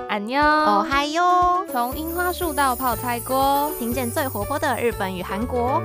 安妞哦嗨哟， 从樱花树到泡菜锅， 听见最活泼的日本与韩国。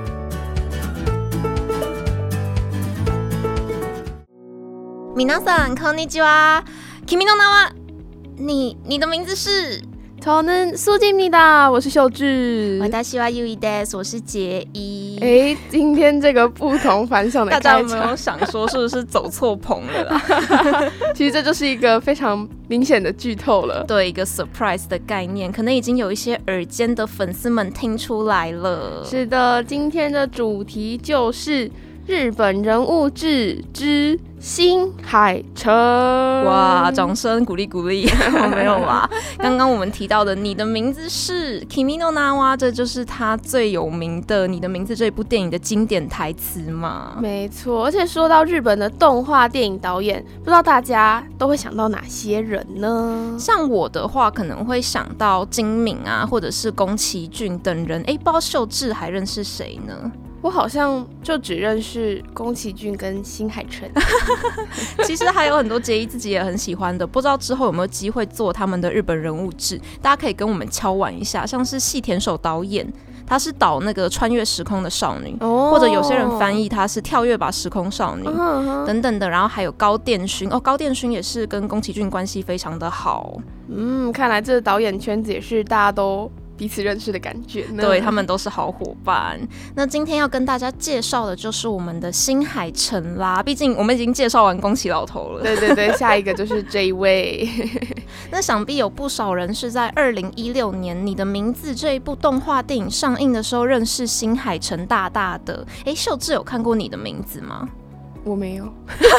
皆さんこんにちは。君の名は？你的名字是？ 저는 수지입니다，我是秀智。 私はゆいです，我是杰一。 今天这个不同凡响的开场， 大家有没有想说是不是走错棚了啦？ 其实这就是一个非常明显的剧透了， 对，一个 surprise 的概念，可能已经有一些耳尖的粉丝们听出来了。 是的，今天的主题就是日本人物志之新海诚。 哇，掌声鼓励鼓励！没有啦，刚刚我们提到的你的名字是 Kimi no Na wa， 这就是他最有名的你的名字这部电影的经典台词嘛。 没错，而且说到日本的动画电影导演，不知道大家都会想到哪些人呢？ 像我的话可能会想到金敏啊，或者是宫崎骏等人。不知道秀智还认识谁呢？ 我好像就只认识宫崎骏跟新海诚。 其实还有很多杰一自己也很喜欢的，不知道之后有没有机会做他们的日本人物志，大家可以跟我们敲碗一下。像是细田守导演，他是导那个穿越时空的少女，或者有些人翻译他是跳跃吧时空少女，等等的。然后还有高畑勋，高畑勋也是跟宫崎骏关系非常的好。 看来这个导演圈子也是大家都彼此认识的感觉呢。 对，他们都是好伙伴。那今天要跟大家介绍的就是我们的新海诚啦，毕竟我们已经介绍完宫崎老头了。 对对对，下一个就是这一位。 那想必有不少人是在2016年《你的名字》这一部动画电影上映的时候认识新海诚大大的。秀智有看过《你的名字》吗？ 我没有。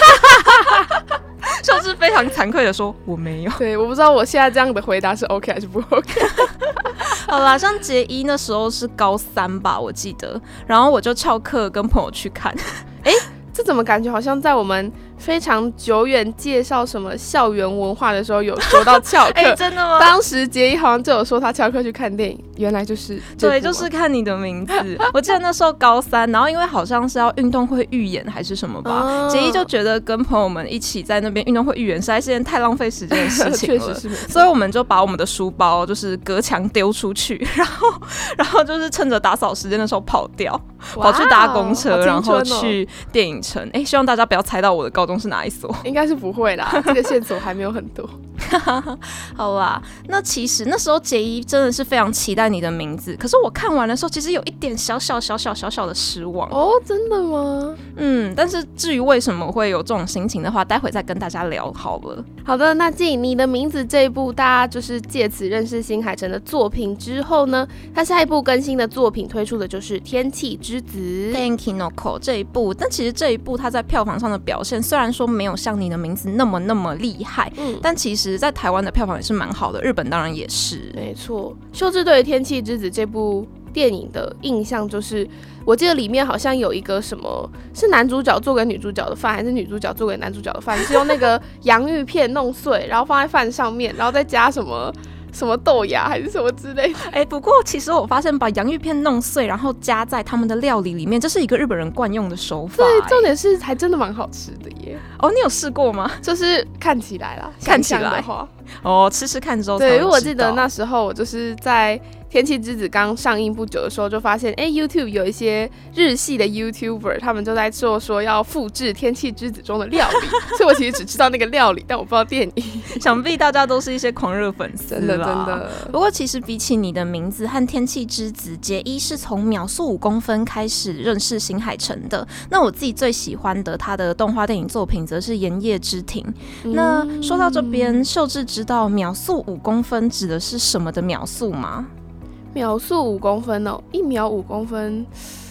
秀智非常惭愧的说我没有。 对，我不知道我现在这样的回答是 OK 还是不 OK。 好啦，像杰一那时候是高3吧，我记得，然后我就翘课跟朋友去看。 这怎么感觉好像在我们非常久远介绍什么校园文化的时候有说到翘课？ 真的吗？ 当时杰一好像就有说他翘课去看电影，原来就是对，就是看你的名字。我记得那时候高3，然后因为好像是要运动会预演还是什么吧，杰一就觉得跟朋友们一起在那边运动会预演实在是件太浪费时间的事情了，确实是。所以我们就把我们的书包就是隔墙丢出去，然后就是趁着打扫时间的时候跑掉，跑去搭公车，然后去电影城。希望大家不要猜到我的高中是哪一所， 应该是不会啦，这个线索还没有很多。 好啦，那其实那时候杰一真的是非常期待你的名字，可是我看完的时候其实有一点小小的失望。 真的吗？ 但是至于为什么会有这种心情的话，待会再跟大家聊好了。 好的，那继你的名字这一部大家就是借此认识新海诚的作品之后呢，他下一部更新的作品推出的就是《天气之子》 Denki no Ko 这一部，但其实这一部他在票房上的表现虽然说没有像你的名字那么厉害，但其实在台湾的票房也是蛮好的，日本当然也是。 没错，秀智对《天气之子》这部电影的印象就是，我记得里面好像有一个什么是男主角做给女主角的饭，还是女主角做给男主角的饭，是用那个洋芋片弄碎，然后放在饭上面，然后再加什么豆芽还是什么之类的。 不过其实我发现把洋芋片弄碎，然后加在他们的料理里面，这是一个日本人惯用的手法。 对，重点是还真的蛮好吃的耶。 你有试过吗？ 就是看起来啦， 看起来的话， 吃看之后才会知道。 对，因为我记得那时候我就是在《天气之子》刚上映不久的时候，就发现YouTube 有一些日系的 YouTuber， 他们就在说要复制《天气之子》中的料理，所以我其实只知道那个料理，但我不知道电影。 想必大家都是一些狂热粉丝啦， 真的。 不过其实比起你的名字和《天气之子》，杰一是从秒速5公分开始认识新海诚的。那我自己最喜欢的他的动画电影作品则是《炎夜之庭》。那说到这边，秀智知道秒速5公分指的是什么的秒速吗？ 秒速5公分，1秒5公分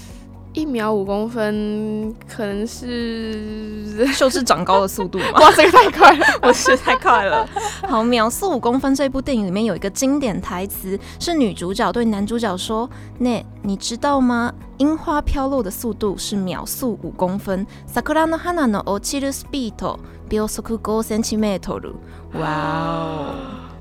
，1秒5公分可能是秀智长高的速度吗？ 哇，这个太快了， 我是太快了。好，秒速5公分这部电影里面有一个经典台词，是女主角对男主角说：“ね，你知道吗？樱花飘落的速度是秒速5公分。桜の花の落ちるスピード秒速5cm。”哇哦！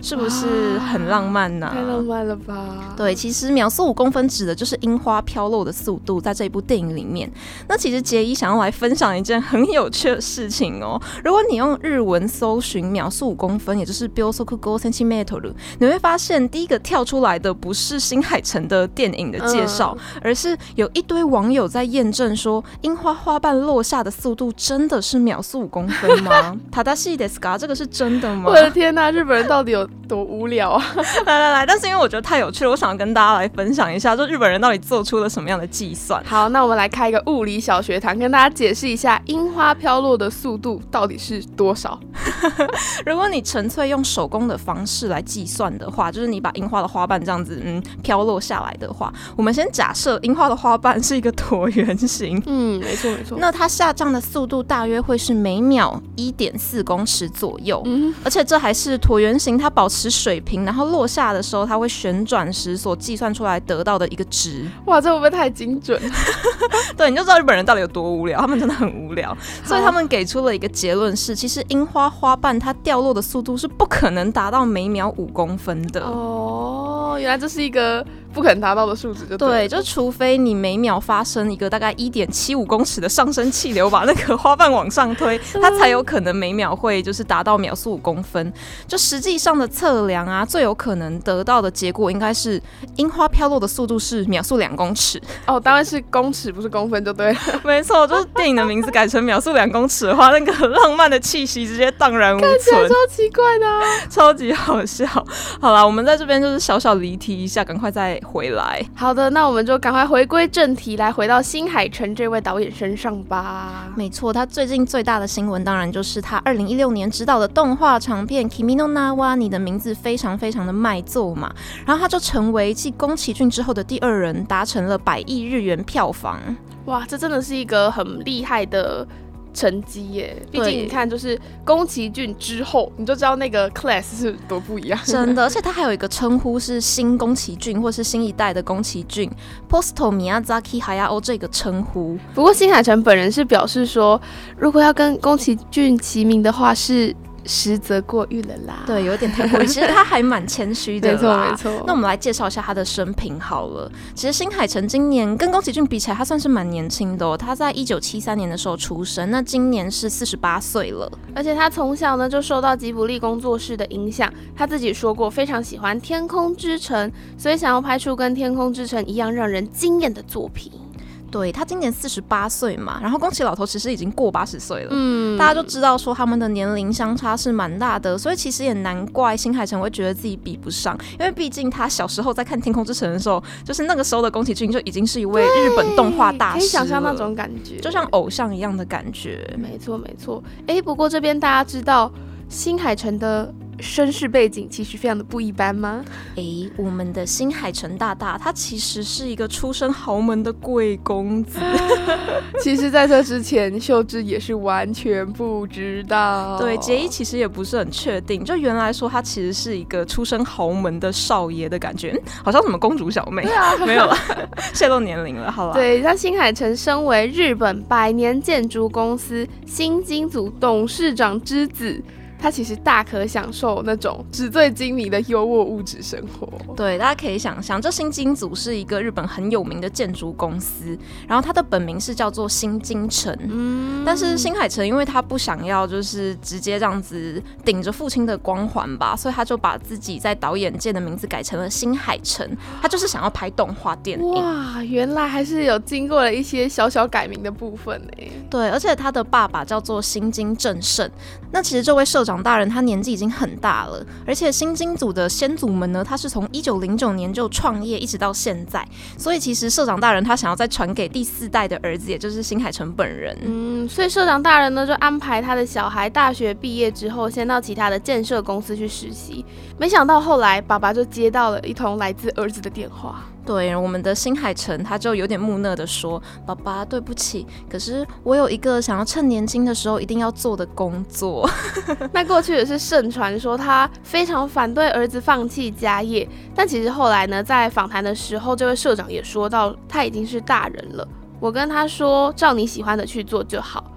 是不是很浪漫呢？ 太浪漫了吧。 对，其实秒速5公分指的就是樱花飘落的速度，在这一部电影里面。那其实杰伊想要来分享一件很有趣的事情哦。如果你用日文搜寻秒速5公分，也就是秒速5 cm， 你会发现第一个跳出来的不是新海诚的电影的介绍，而是有一堆网友在验证说，樱花花瓣落下的速度真的是秒速5公分吗？正しいですか？这个是真的吗？ 我的天哪，日本人到底有多无聊啊！ 来，但是因为我觉得太有趣了，我想要跟大家来分享一下，就日本人到底做出了什么样的计算。 好，那我们来开一个物理小学堂，跟大家解释一下樱花飘落的速度到底是多少。 如果你纯粹用手工的方式来计算的话，就是你把樱花的花瓣这样子飘落下来的话，我们先假设樱花的花瓣是一个椭圆形， 没错没错。 那它下降的速度大约会是每秒1.4公尺左右，而且这还是椭圆形它保持水平，然后落下的时候它会旋转时所计算出来得到的一个值。 哇，这会不会太精准？ 对，你就知道日本人到底有多无聊，他们真的很无聊，所以他们给出了一个结论是，其实樱花花瓣它掉落的速度是不可能达到每秒5公分的。 哦，原来这是一个不可能达到的数值就对了。 对，就除非你每秒发生一个大概1.75公尺的上升气流，把那个花瓣往上推，它才有可能每秒会就是达到秒速5公分。就实际上的测量啊，最有可能得到的结果应该是樱花飘落的速度是秒速2公尺。 哦，当然是公尺，不是公分就对了。 没错，就是电影的名字改成秒速2公尺的话，那个浪漫的气息直接荡然无存， 看起来超奇怪的超级好笑。好啦，我们在这边就是小小离题一下，赶快再回来。 好的，那我们就赶快回归正题，来回到新海诚这位导演身上吧。 没错，他最近最大的新闻当然就是他2016年执导的动画长片《Kimi no Na wa》，你的名字非常非常的卖座嘛，然后他就成为继宫崎骏之后的第2人，达成了100亿日元票房。 哇，这真的是一个很厉害的成绩耶！毕竟你看，就是宫崎骏之后，你就知道那个 class 是多不一样。 真的，而且他还有一个称呼是新宫崎骏，或是新一代的宫崎骏 ，Posto Miyazaki Hayao 这个称呼。 不过新海诚本人是表示说，如果要跟宫崎骏齐名的话，是实则过誉了啦。 对，有点太过誉，其实他还蛮谦虚的啦。 没错没错。 那我们来介绍一下他的生平好了。其实新海诚今年跟宫崎骏比起来，他算是蛮年轻的哦。他在1973年的时候出生，那今年是48岁了。 而且他从小呢就受到吉卜力工作室的影响，他自己说过非常喜欢《天空之城》，所以想要拍出跟《天空之城》一样让人惊艳的作品。 对，他今年48岁嘛，然后宫崎老头其实已经过80岁了，大家就知道说他们的年龄相差是蛮大的，所以其实也难怪新海诚会觉得自己比不上，因为毕竟他小时候在看《天空之城》的时候，就是那个时候的宫崎骏就已经是一位日本动画大师了， 可以想象那种感觉， 就像偶像一样的感觉。 没错没错。不过这边大家知道新海诚的身世背景其实非常的不一般吗？ 我们的新海诚大大他其实是一个出身豪门的贵公子。 其实在这之前秀智也是完全不知道。 对，杰伊其实也不是很确定，就原来说他其实是一个出身豪门的少爷的感觉，好像什么公主小妹。 对啊， 没有了，泄露年龄了，好了。 对，那新海诚身为日本百年建筑公司新金组董事长之子，他其实大可享受那种纸醉金迷的优渥物质生活。 对，大家可以想象，这新金组是一个日本很有名的建筑公司，然后他的本名是叫做新金城。但是新海诚因为他不想要就是直接这样子顶着父亲的光环吧，所以他就把自己在导演界的名字改成了新海诚，他就是想要拍动画电影。 哇，原来还是有经过了一些小小改名的部分耶。 对，而且他的爸爸叫做新金正胜，那其实这位社长大人他年纪已经很大了，而且新金组的先祖们呢，他是从1909年就创业一直到现在，所以其实社长大人他想要再传给第4代的儿子，也就是新海诚本人。 所以社长大人呢就安排他的小孩大学毕业之后先到其他的建设公司去实习，没想到后来爸爸就接到了一通来自儿子的电话。 对，我们的新海诚他就有点木讷的说，爸爸对不起，可是我有一个想要趁年轻的时候一定要做的工作。 那过去也是盛传说他非常反对儿子放弃家业，但其实后来呢，在访谈的时候，这位社长也说到他已经是大人了，我跟他说照你喜欢的去做就好，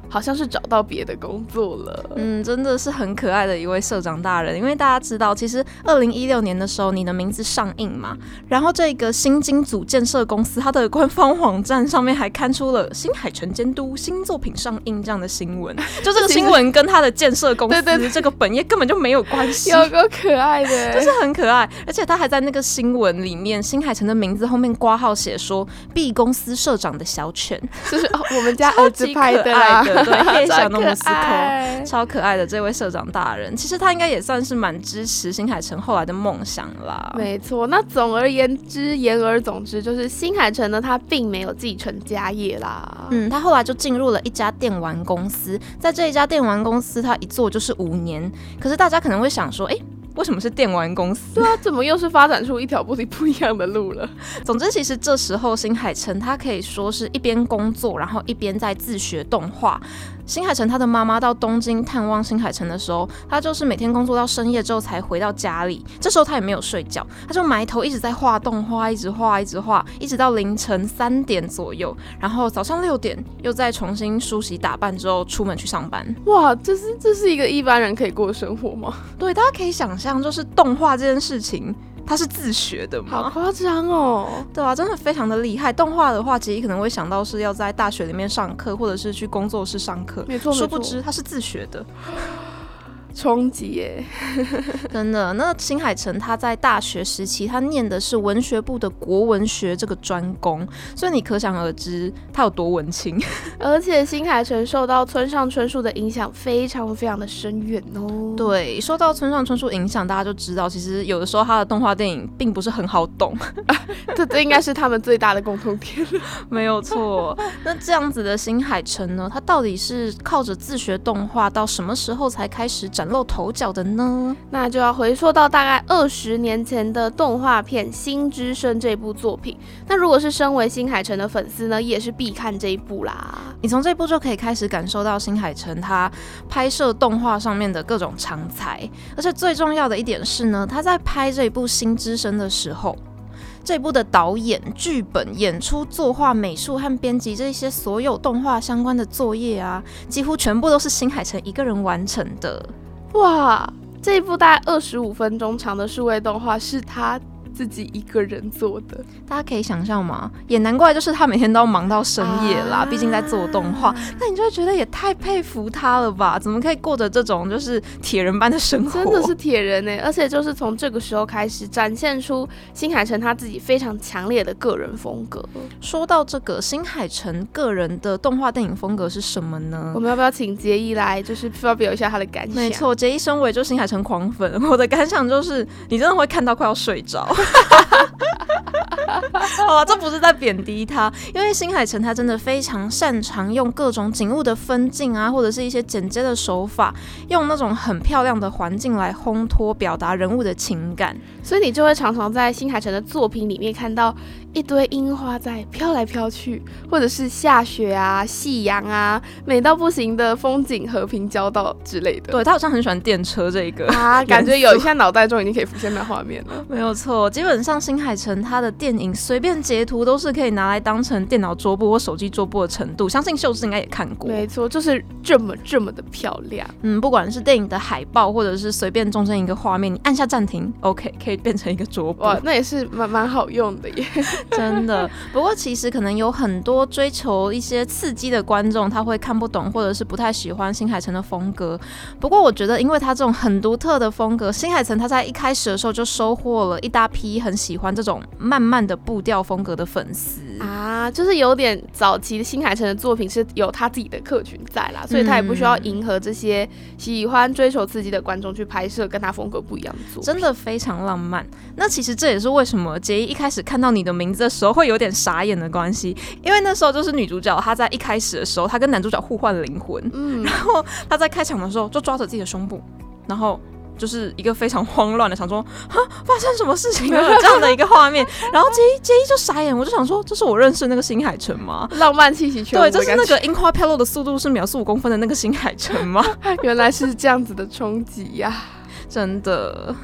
好像是找到别的工作了。 真的是很可爱的一位社长大人。因为大家知道，其实2016年的时候，你的名字上映嘛，然后这个新金组建设公司它的官方网站上面还刊出了新海诚监督新作品上映这样的新闻，就这个新闻跟他的建设公司这个本业根本就没有关系， 有够可爱的， 就是很可爱。而且他还在那个新闻里面，新海诚的名字后面括号写说 B 公司社长的小犬， 就是我们家儿子拍的啦， 对，黑小诺姆斯科，超可爱的这位社长大人。其实他应该也算是蛮支持新海诚后来的梦想啦。 没错，那总而言之，言而总之，就是新海诚呢，他并没有继承家业啦。 他后来就进入了一家电玩公司，在这一家电玩公司，他一做就是5年。可是大家可能会想说，为什么是电玩公司？ 对啊，怎么又是发展出一条不一样的路了？ 总之，其实这时候新海诚他可以说是一边工作，然后一边在自学动画。新海诚他的妈妈到东京探望新海诚的时候，他就是每天工作到深夜之后才回到家里，这时候他也没有睡觉，他就埋头一直在画动画，一直画，一直到凌晨3点左右，然后早上6点又再重新梳洗打扮之后出门去上班。 哇，这是一个一般人可以过的生活吗？ 对，大家可以想象，就是动画这件事情他是自学的吗？ 好夸张哦！ 对啊，真的非常的厉害。动画的话，其实可能会想到是要在大学里面上课，或者是去工作室上课。 没错， 殊不知他是自学的。 冲击耶， 真的。那新海诚他在大学时期，他念的是文学部的国文学这个专攻，所以你可想而知他有多文青。 而且新海诚受到村上春树的影响非常非常的深远哦。 对，受到村上春树影响，大家就知道，其实有的时候他的动画电影并不是很好懂。 这应该是他们最大的共同点。 没有错。那这样子的新海诚呢，他到底是靠着自学动画到什么时候才开始崭露头角的呢？ 那就要回溯到大概20年前的动画片《心之声》这部作品。那如果是身为新海诚的粉丝呢，也是必看这一部啦。 你从这一部就可以开始感受到新海诚他拍摄动画上面的各种长才，而且最重要的一点是呢，他在拍这一部《心之声》的时候，这部的导演、剧本、演出、作画、美术和编辑这些所有动画相关的作业啊，几乎全部都是新海诚一个人完成的。 哇，这一部大概25分钟长的数位动画是他自己一个人做的， 大家可以想象吗？也难怪，就是他每天都要忙到深夜啦，毕竟在做动画。那你就会觉得也太佩服他了吧？怎么可以过着这种就是铁人般的生活？ 真的是铁人欸！而且就是从这个时候开始展现出新海诚他自己非常强烈的个人风格。 说到这个新海诚个人的动画电影风格是什么呢？ 我们要不要请杰一来就是发表一下他的感想？ 没错，杰一身为就新海诚狂粉，我的感想就是你真的会看到快要睡着。好吧，这不是在贬低他，因为新海诚他真的非常擅长用各种景物的分镜啊，或者是一些剪接的手法，用那种很漂亮的环境来烘托表达人物的情感， 所以你就会常常在新海诚的作品里面看到一堆樱花在飘来飘去，或者是下雪啊、夕阳啊，美到不行的风景、和平交道之类的。 对，他好像很喜欢电车这个啊，感觉有一下脑袋中已经可以浮现那画面了。 没有错，基本上新海诚他的电影随便截图都是可以拿来当成电脑桌布或手机桌布的程度，相信秀智应该也看过。 没错，就是这么的漂亮。 不管是电影的海报，或者是随便中间一个画面，你按下暂停 ，OK， 可以变成一个桌布。 哇，那也是蛮好用的耶。 真的。不过其实可能有很多追求一些刺激的观众，他会看不懂或者是不太喜欢新海诚的风格。不过我觉得，因为他这种很独特的风格，新海诚他在一开始的时候就收获了一大批很喜欢这种慢慢的步调风格的粉丝啊，就是有点早期的新海诚的作品是有他自己的客群在啦，所以他也不需要迎合这些喜欢追求刺激的观众去拍摄跟他风格不一样的作品， 真的非常浪漫。那其实这也是为什么杰一开始看到你的名字的时候会有点傻眼的关系，因为那时候就是女主角她在一开始的时候，她跟男主角互换灵魂，然后她在开场的时候就抓着自己的胸部，然后就是一个非常慌乱的想说发生什么事情了这样的一个画面，然后杰一就傻眼，我就想说这是我认识的那个新海诚吗？ 浪漫气息全无的感觉。 对，这是那个樱花飘落的速度是秒速5公分的那个新海诚吗？ 原来是这样子的冲击呀， 真的。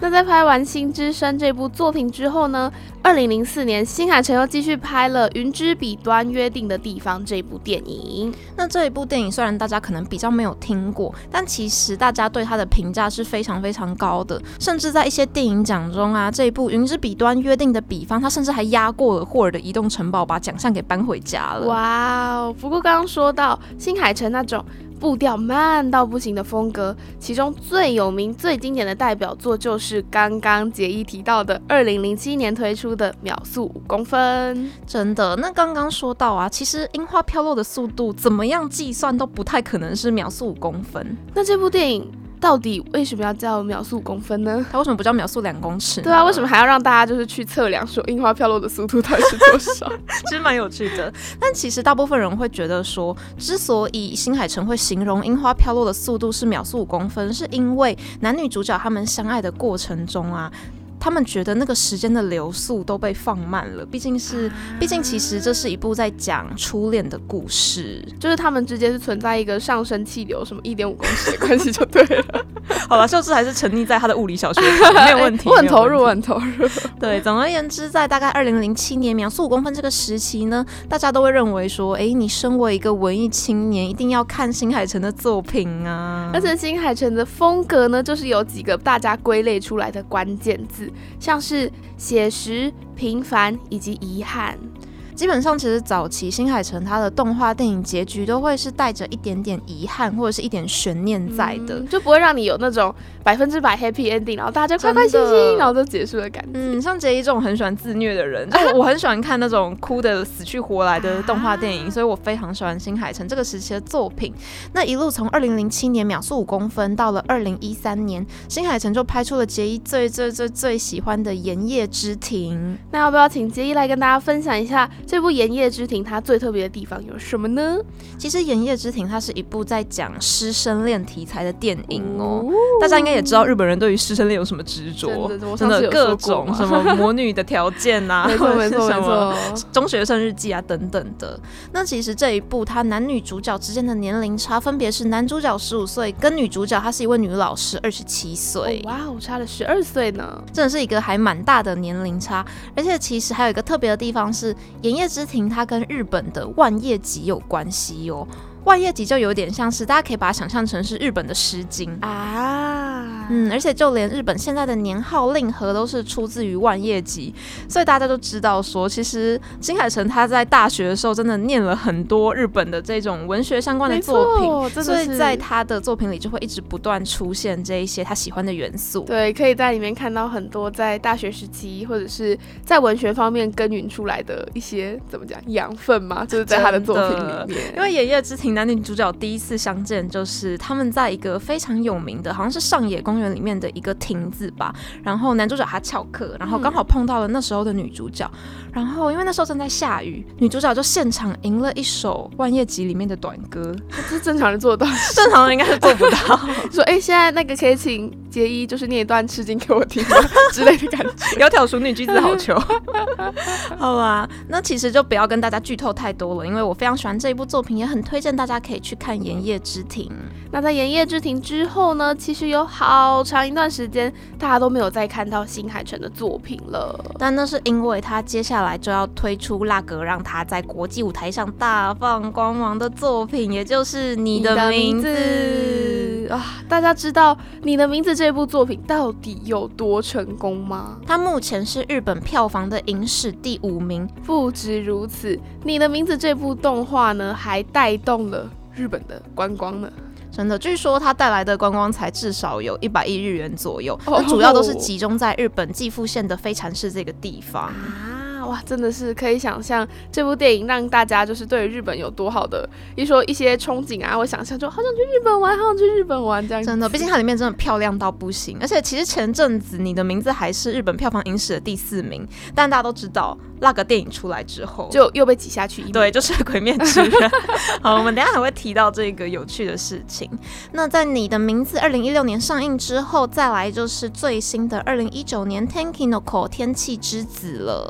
那在拍完《星之声》这部作品之后呢，2004年新海诚又继续拍了《云之彼端约定的地方》这部电影。 那这一部电影虽然大家可能比较没有听过，但其实大家对它的评价是非常非常高的，甚至在一些电影奖中啊，这一部《云之彼端约定的彼方》它甚至还压过了霍尔的《移动城堡》，把奖项给搬回家了。 哇哦！不过刚刚说到新海诚那种步调慢到不行的风格，其中最有名最经典的代表作就是刚刚杰一提到的2007年推出的秒速5公分。 真的，那刚刚说到啊，其实樱花飘落的速度怎么样计算都不太可能是秒速5公分。 那这部电影到底为什么要叫秒速5公分呢？ 它为什么不叫秒速2公尺呢？ 对啊，为什么还要让大家就是去测量说樱花飘落的速度到底是多少？ 其实蛮有趣的。但其实大部分人会觉得说，之所以新海诚会形容樱花飘落的速度是秒速5公分，是因为男女主角他们相爱的过程中啊，他们觉得那个时间的流速都被放慢了，毕竟其实这是一部在讲初恋的故事， 就是他们之间是存在一个上升气流什么1.5公尺的关系就对了。 好了，秀智还是沉溺在他的物理小学没有问题。 我很投入，我很投入。 对，总而言之，在大概2007年秒速5公分这个时期呢，大家都会认为说，你身为一个文艺青年，一定要看新海诚的作品啊。 而且新海诚的风格呢，就是有几个大家归类出来的关键字，像是写实、平凡以及遗憾。 基本上其实早期新海诚他的动画电影结局都会是带着一点点遗憾或者是一点悬念在的， 就不会让你有那种100% happy ending， 然后大家就开开心心然后就结束的感觉。 像杰一这种很喜欢自虐的人，就我很喜欢看那种哭的死去活来的动画电影，所以我非常喜欢新海诚这个时期的作品。那一路从2007年秒速5公分到了2013年，新海诚就拍出了杰一最喜欢的《炎夜之庭》。 那要不要请杰一来跟大家分享一下这部《炎夜之庭》它最特别的地方有什么呢？ 其实《炎夜之庭》它是一部在讲师生恋题材的电影哦。大家应该也知道日本人对于师生恋有什么执着，真的各种什么魔女的条件啊，或者是什么中学生日记啊等等的。那其实这一部它男女主角之间的年龄差分别是男主角15岁，跟女主角她是一位女老师27岁。 哇哦，差了12岁呢， 真的是一个还蛮大的年龄差。而且其实还有一个特别的地方是，《炎夜之庭》它跟日本的万叶集有关系哦。万叶集就有点像是，大家可以把它想象成是日本的诗经啊，而且就连日本现在的年号令和都是出自于万叶集，所以大家都知道说，其实新海诚他在大学的时候真的念了很多日本的这种文学相关的作品，所以在他的作品里就会一直不断出现这一些他喜欢的元素。 对，可以在里面看到很多在大学时期或者是在文学方面耕耘出来的一些怎么讲养分嘛，就是在他的作品里面。 因为《炎夜之庭》男女主角第一次相见，就是他们在一个非常有名的，好像是上野公园里面的一个亭子吧。然后男主角他翘课，然后刚好碰到了那时候的女主角。然后因为那时候正在下雨，女主角就现场吟了一首《万叶集》里面的短歌。 这是正常人做得到， 正常人应该是做不到。 说现在那个可以请杰一就是念一段诗经给我听吗之类的感觉。 窈窕淑女，君子好逑。好啦，那其实就不要跟大家剧透太多了，因为我非常喜欢这一部作品，也很推荐大家可以去看《炎夜之庭》。 那在《炎夜之庭》之后呢，其实有好长一段时间大家都没有再看到新海诚的作品了。 但那是因为他接下来就要推出那个让他在国际舞台上大放光芒的作品，也就是《你的名字》 啊！大家知道《你的名字》这部作品到底有多成功吗？ 它目前是日本票房的影史第5名。 不止如此，《你的名字》这部动画呢，还带动了日本的观光呢。 真的，据说它带来的观光财至少有100亿日元左右，那主要都是集中在日本岐阜县的非禅市这个地方。 哇，真的是可以想象这部电影让大家就是对于日本有多好的一些憧憬啊，或想象就好想去日本玩，好想去日本玩这样子。 真的，毕竟它里面真的漂亮到不行，而且其实前阵子《你的名字》还是日本票房影史的第4名，但大家都知道那个电影出来之后就又被挤下去一名。 对，就是《鬼灭之刃》。好，我们等一下还会提到这个有趣的事情。那在《你的名字》2016年上映之后，再来就是最新的2019年《Tenki no Ko 天气之子》了。 那这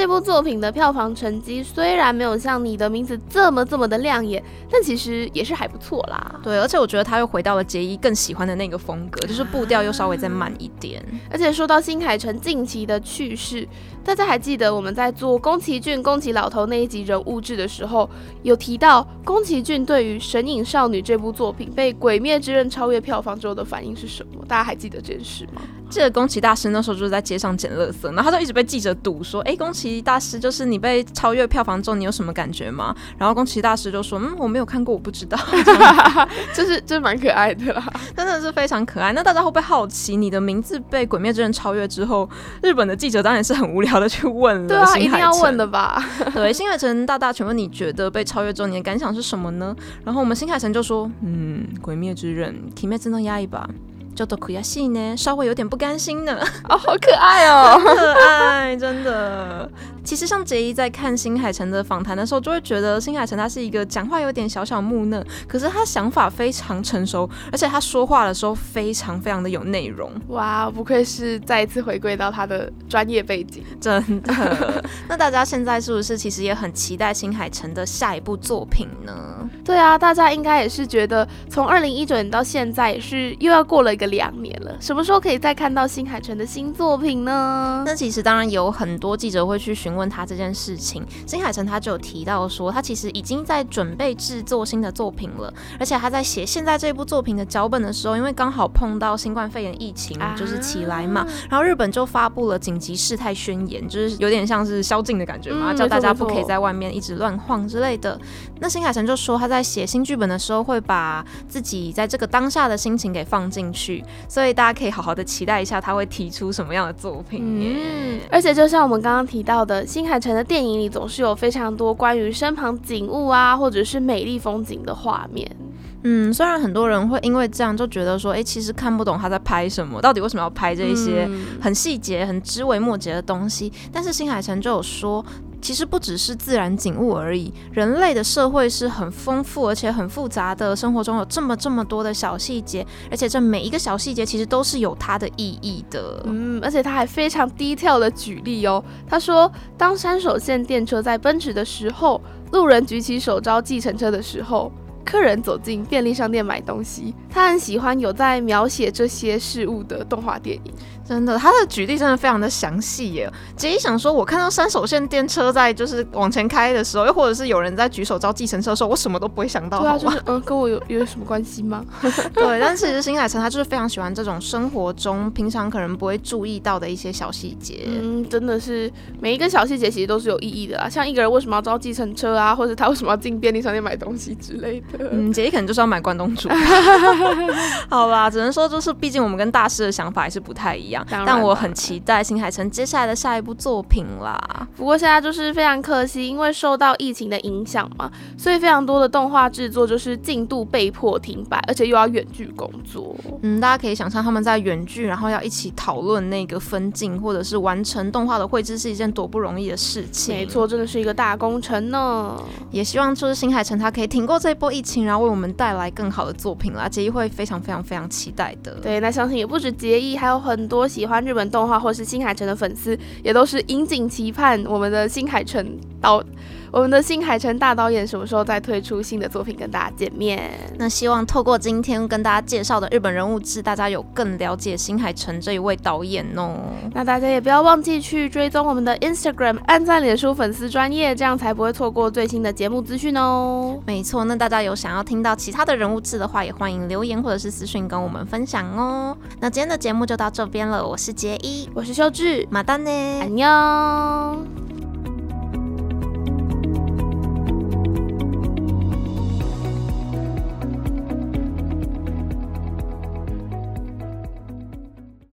这部作品的票房成绩虽然没有像你的名字这么的亮眼，但其实也是还不错啦。 对，而且我觉得他又回到了杰伊更喜欢的那个风格，就是步调又稍微再慢一点。 而且说到新海诚近期的去世，大家还记得我们在做宫崎骏、宫崎老头那一集人物志的时候，有提到宫崎骏对于《神隐少女》这部作品被《鬼灭之刃》超越票房之后的反应是什么？大家还记得这件事吗？ 记得宫崎大师那时候就是在街上捡垃圾，然后他就一直被记者堵说：“宫崎大师，就是你被超越票房之后，你有什么感觉吗？”然后宫崎大师就说：“我没有看过，我不知道。” 就是蛮可爱的啦， 真的是非常可爱。那大家会不会好奇，你的名字被《鬼灭之刃》超越之后，日本的记者当然是很无聊的去问了。 对啊，一定要问的吧？ 对，新海诚大大，请问你觉得被超越之后，你的感想是什么呢？然后我们新海诚就说：“鬼灭之刃，鬼滅の刃。”就都悔しい呢，稍微有点不甘心呢。 哦，好可爱哦， 好可爱，真的。其实像杰伊在看新海诚的访谈的时候，就会觉得新海诚他是一个讲话有点小小木讷，可是他想法非常成熟，而且他说话的时候非常的有内容。 哇，不愧是再一次回归到他的专业背景， 真的。那大家现在是不是其实也很期待新海诚的下一部作品呢？ 对啊，大家应该也是觉得从2019年到现在也是又要过了一个2年了，什么时候可以再看到新海诚的新作品呢？ 那其实当然有很多记者会去询问他这件事情，新海诚他就有提到说，他其实已经在准备制作新的作品了，而且他在写现在这部作品的脚本的时候，因为刚好碰到新冠肺炎疫情就是起来嘛，然后日本就发布了紧急事态宣言，就是有点像是宵禁的感觉嘛，叫大家不可以在外面一直乱晃之类的。那新海诚就说他在写新剧本的时候会把自己在这个当下的心情给放进去，所以大家可以好好的期待一下他会提出什么样的作品耶。 而且就像我们刚刚提到的，新海诚的电影里总是有非常多关于身旁景物啊，或者是美丽风景的画面。 虽然很多人会因为这样就觉得说，其实看不懂他在拍什么，到底为什么要拍这一些很细节、很枝微末节的东西，但是新海诚就有说，其实不只是自然景物而已，人类的社会是很丰富而且很复杂的，生活中有这么多的小细节，而且这每一个小细节其实都是有它的意义的。 而且他还非常低调的举例哦，他说当山手线电车在奔驰的时候，路人举起手招计程车的时候，客人走进便利商店买东西，他很喜欢有在描写这些事物的动画电影。 真的，他的举例真的非常的详细耶。杰伊想说，我看到山手线电车在就是往前开的时候，又或者是有人在举手招计程车的时候，我什么都不会想到。 对啊，就是跟我有什么关系吗？ 对，但其实新海诚他就是非常喜欢这种生活中平常可能不会注意到的一些小细节。 真的是每一个小细节其实都是有意义的啦，像一个人为什么要招计程车啊，或者他为什么要进便利商店买东西之类的。 杰伊可能就是要买关东煮。好啦，只能说就是毕竟我们跟大师的想法还是不太一样。但我很期待新海诚接下来的下一部作品啦。 不过现在就是非常可惜，因为受到疫情的影响嘛，所以非常多的动画制作就是进度被迫停摆，而且又要远距工作。 大家可以想象他们在远距，然后要一起讨论那个分镜或者是完成动画的绘制是一件多不容易的事情。 没错，真的是一个大工程呢。 也希望就是新海诚他可以挺过这一波疫情，然后为我们带来更好的作品啦。杰伊会非常期待的。 对，那相信也不止杰伊，还有很多喜欢日本动画或是新海诚的粉丝，也都是引颈期盼我们的新海诚大导演什么时候再推出新的作品跟大家见面。 那希望透过今天跟大家介绍的日本人物志，大家有更了解新海诚这一位导演哦。 那大家也不要忘记去追踪我们的 Instagram， 按赞脸书粉丝专页，这样才不会错过最新的节目资讯哦。 没错，那大家有想要听到其他的人物志的话，也欢迎留言或者是私讯跟我们分享哦。那今天的节目就到这边了，我是杰伊， 我是秀智， 马丹呢， 안녕。